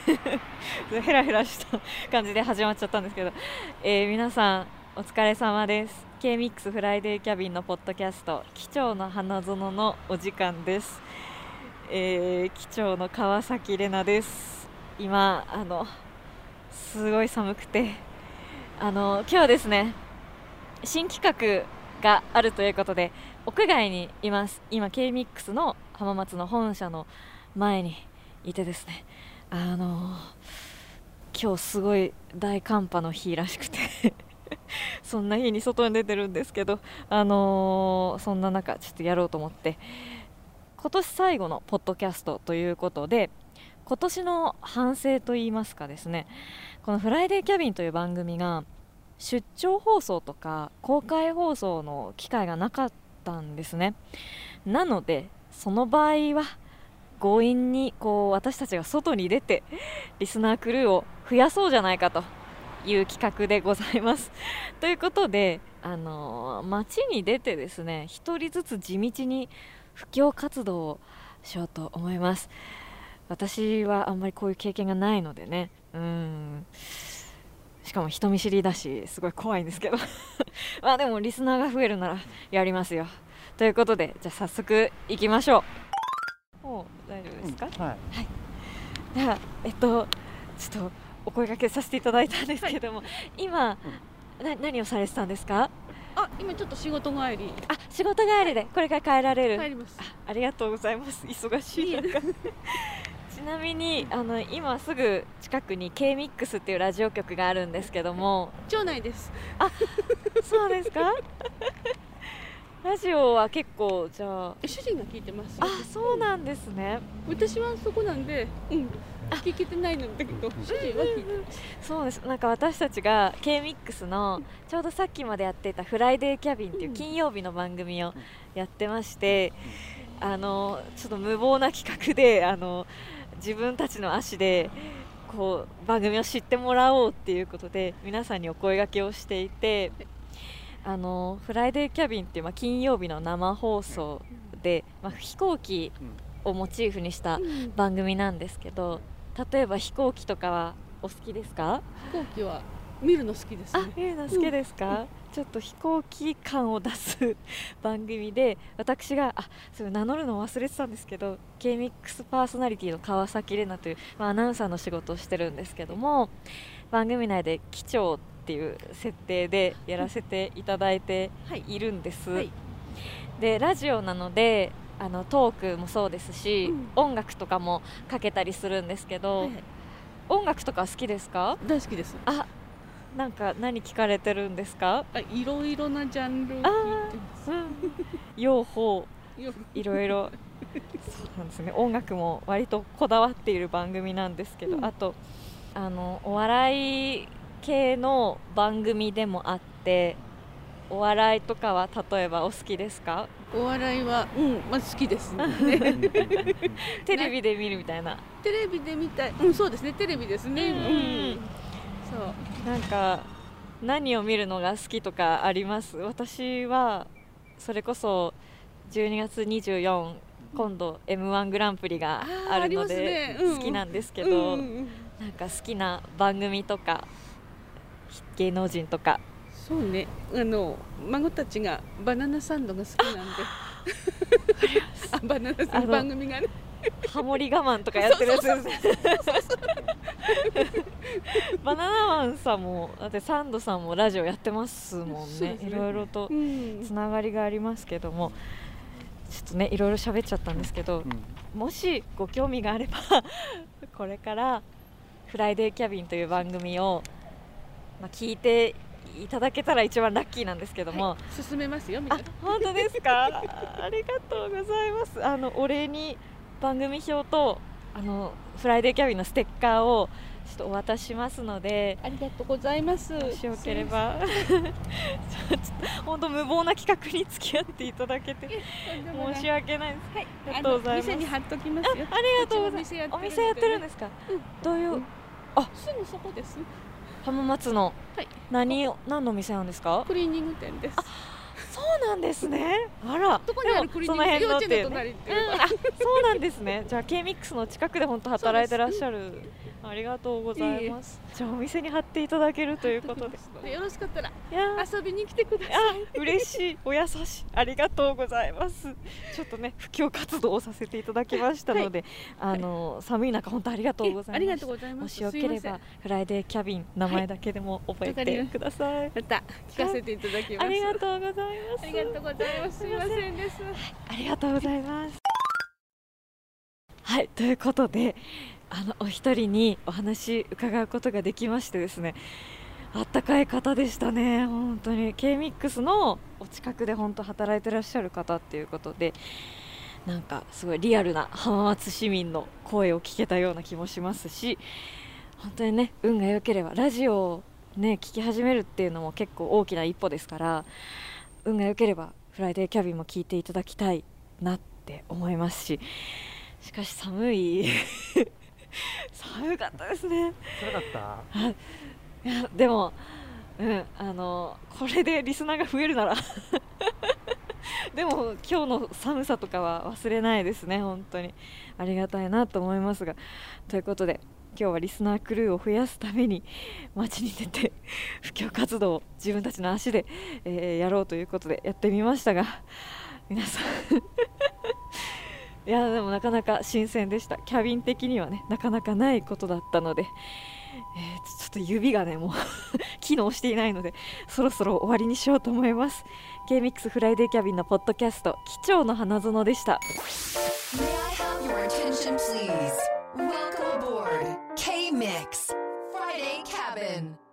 ヘラヘラした感じで始まっちゃったんですけど、皆さんお疲れ様です。 K-MIX フライデーキャビンのポッドキャスト、機長の花園のお時間です。機長の川崎玲奈です。今すごい寒くて、今日はですね、新企画があるということで屋外にいます。今 K-MIX の浜松の本社の前にいてですね、今日すごい大寒波の日らしくてそんな日に外に出てるんですけど、そんな中ちょっとやろうと思って、今年最後のポッドキャストということで、今年の反省といいますかですね、このフライデーキャビンという番組が出張放送とか公開放送の機会がなかったんですね。なのでその場合は強引に私たちが外に出てリスナークルーを増やそうじゃないかという企画でございます。ということで、街に出てですね、一人ずつ地道に布教活動をしようと思います。私はあんまりこういう経験がないのでね、しかも人見知りだしすごい怖いんですけどまあでもリスナーが増えるならやりますよということで、じゃあ早速行きましょう。もう大丈夫ですか？ はい、 ではちょっとお声掛けさせていただいたんですけども、今、何をされてたんですか？ 今ちょっと仕事帰り。 仕事帰りでこれから帰られる？ 帰ります。 ありがとうございます。忙しい中ちなみに今すぐ近くに K-MIX っていうラジオ局があるんですけども。 町内です。 そうですかラジオは結構じゃあ主人が聞いてます。 そうなんですね。 私はそこなんで、聞けてないんだけど、主人は聞いてます。 そうです。なんか私たちが K-MIX のちょうどさっきまでやっていたフライデーキャビンっていう金曜日の番組をやってまして、ちょっと無謀な企画で自分たちの足で番組を知ってもらおうっていうことで皆さんにお声掛けをしていて、フライデーキャビンっていう、金曜日の生放送で、飛行機をモチーフにした番組なんですけど、例えば飛行機とかはお好きですか？ 飛行機は見るの好きですね。 見るの好きですか？ちょっと飛行機感を出す番組で、私がそれ名乗るのを忘れてたんですけど、 K-MIX パーソナリティの川崎玲奈という、アナウンサーの仕事をしてるんですけども、番組内で機長っていう設定でやらせていただいているんです、でラジオなのでトークもそうですし、音楽とかもかけたりするんですけど、音楽とか好きですか？ 大好きです。 なんか何聞かれてるんですか？ いろいろなジャンルを聞いてます。 両方いろいろそうなんですね。音楽も割とこだわっている番組なんですけど、あとお笑い系の番組でもあって、お笑いとかは例えばお好きですか？ お笑いは好きですねテレビで見るみたいな。 テレビで見たい。そうですね、テレビですね。そうなんか何を見るのが好きとかあります？私はそれこそ12月24、今度 M1 グランプリがあるので好きなんですけど、なんか好きな番組とか芸能人とか。 そうね、孫たちがバナナサンドが好きなんでバナナサンド番組がね、 ハモリ我慢とかやってるやつですね。バナナマンさんもだってサンドさんもラジオやってますもんね。いろいろとつながりがありますけども、ちょっとねいろいろ喋っちゃったんですけど、もしご興味があればこれからフライデーキャビンという番組を、聞いていただけたら一番ラッキーなんですけども、 進めますよ。みんな。 本当ですか？ありがとうございます。お礼に番組表とフライデーキャビンのステッカーをちょっとお渡ししますので。 ありがとうございます。 もしよければ本当無謀な企画に付き合っていただけて申し訳ないです。ありがとうございます。 店に貼っときますよ。 ありがとうございます。お店やってるんですか？どういう？ すぐそこです。 浜松の何の店なんですか？ クリーニング店です。 そうなんですね。あら、 どこにあるクリニック、幼稚園の隣っていうか、 あ、そうなんですね。じゃあ K-MIX の近くで本当働いてらっしゃる。ありがとうございます。じゃあお店に貼っていただけるということで、 よろしかったらいや遊びに来てください。 嬉しい、お優しい、ありがとうございます。ちょっとね布教活動をさせていただきましたので、寒い中本当ありがとうございます。 ありがとうございます。 もしよければフライデーキャビン、名前だけでも覚えてください。 また聞かせていただきます。 ありがとうございます。 ありがとうございます。すいませんです。 ありがとうございます。はい、ということでお一人にお話伺うことができましてですね、あったかい方でしたね。本当に K-MIX のお近くで本当働いてらっしゃる方っていうことで、なんかすごいリアルな浜松市民の声を聞けたような気もしますし、本当にね運が良ければラジオをね聞き始めるっていうのも結構大きな一歩ですから、運が良ければフライデーキャビンも聞いていただきたいなって思いますし、しかし寒い寒かったですね。 辛かった。 いやでも、これでリスナーが増えるならでも今日の寒さとかは忘れないですね。本当にありがたいなと思いますが、ということで今日はリスナークルーを増やすために街に出て布教活動を自分たちの足で、やろうということでやってみましたが、皆さんいやでもなかなか新鮮でした。キャビン的にはねなかなかないことだったので、ちょっと指がねもう機能していないのでそろそろ終わりにしようと思います。 K-MIX フライデーキャビンのポッドキャスト、機長の花園でした。 May I have your attention please? Welcome aboard K-MIX Friday Cabin.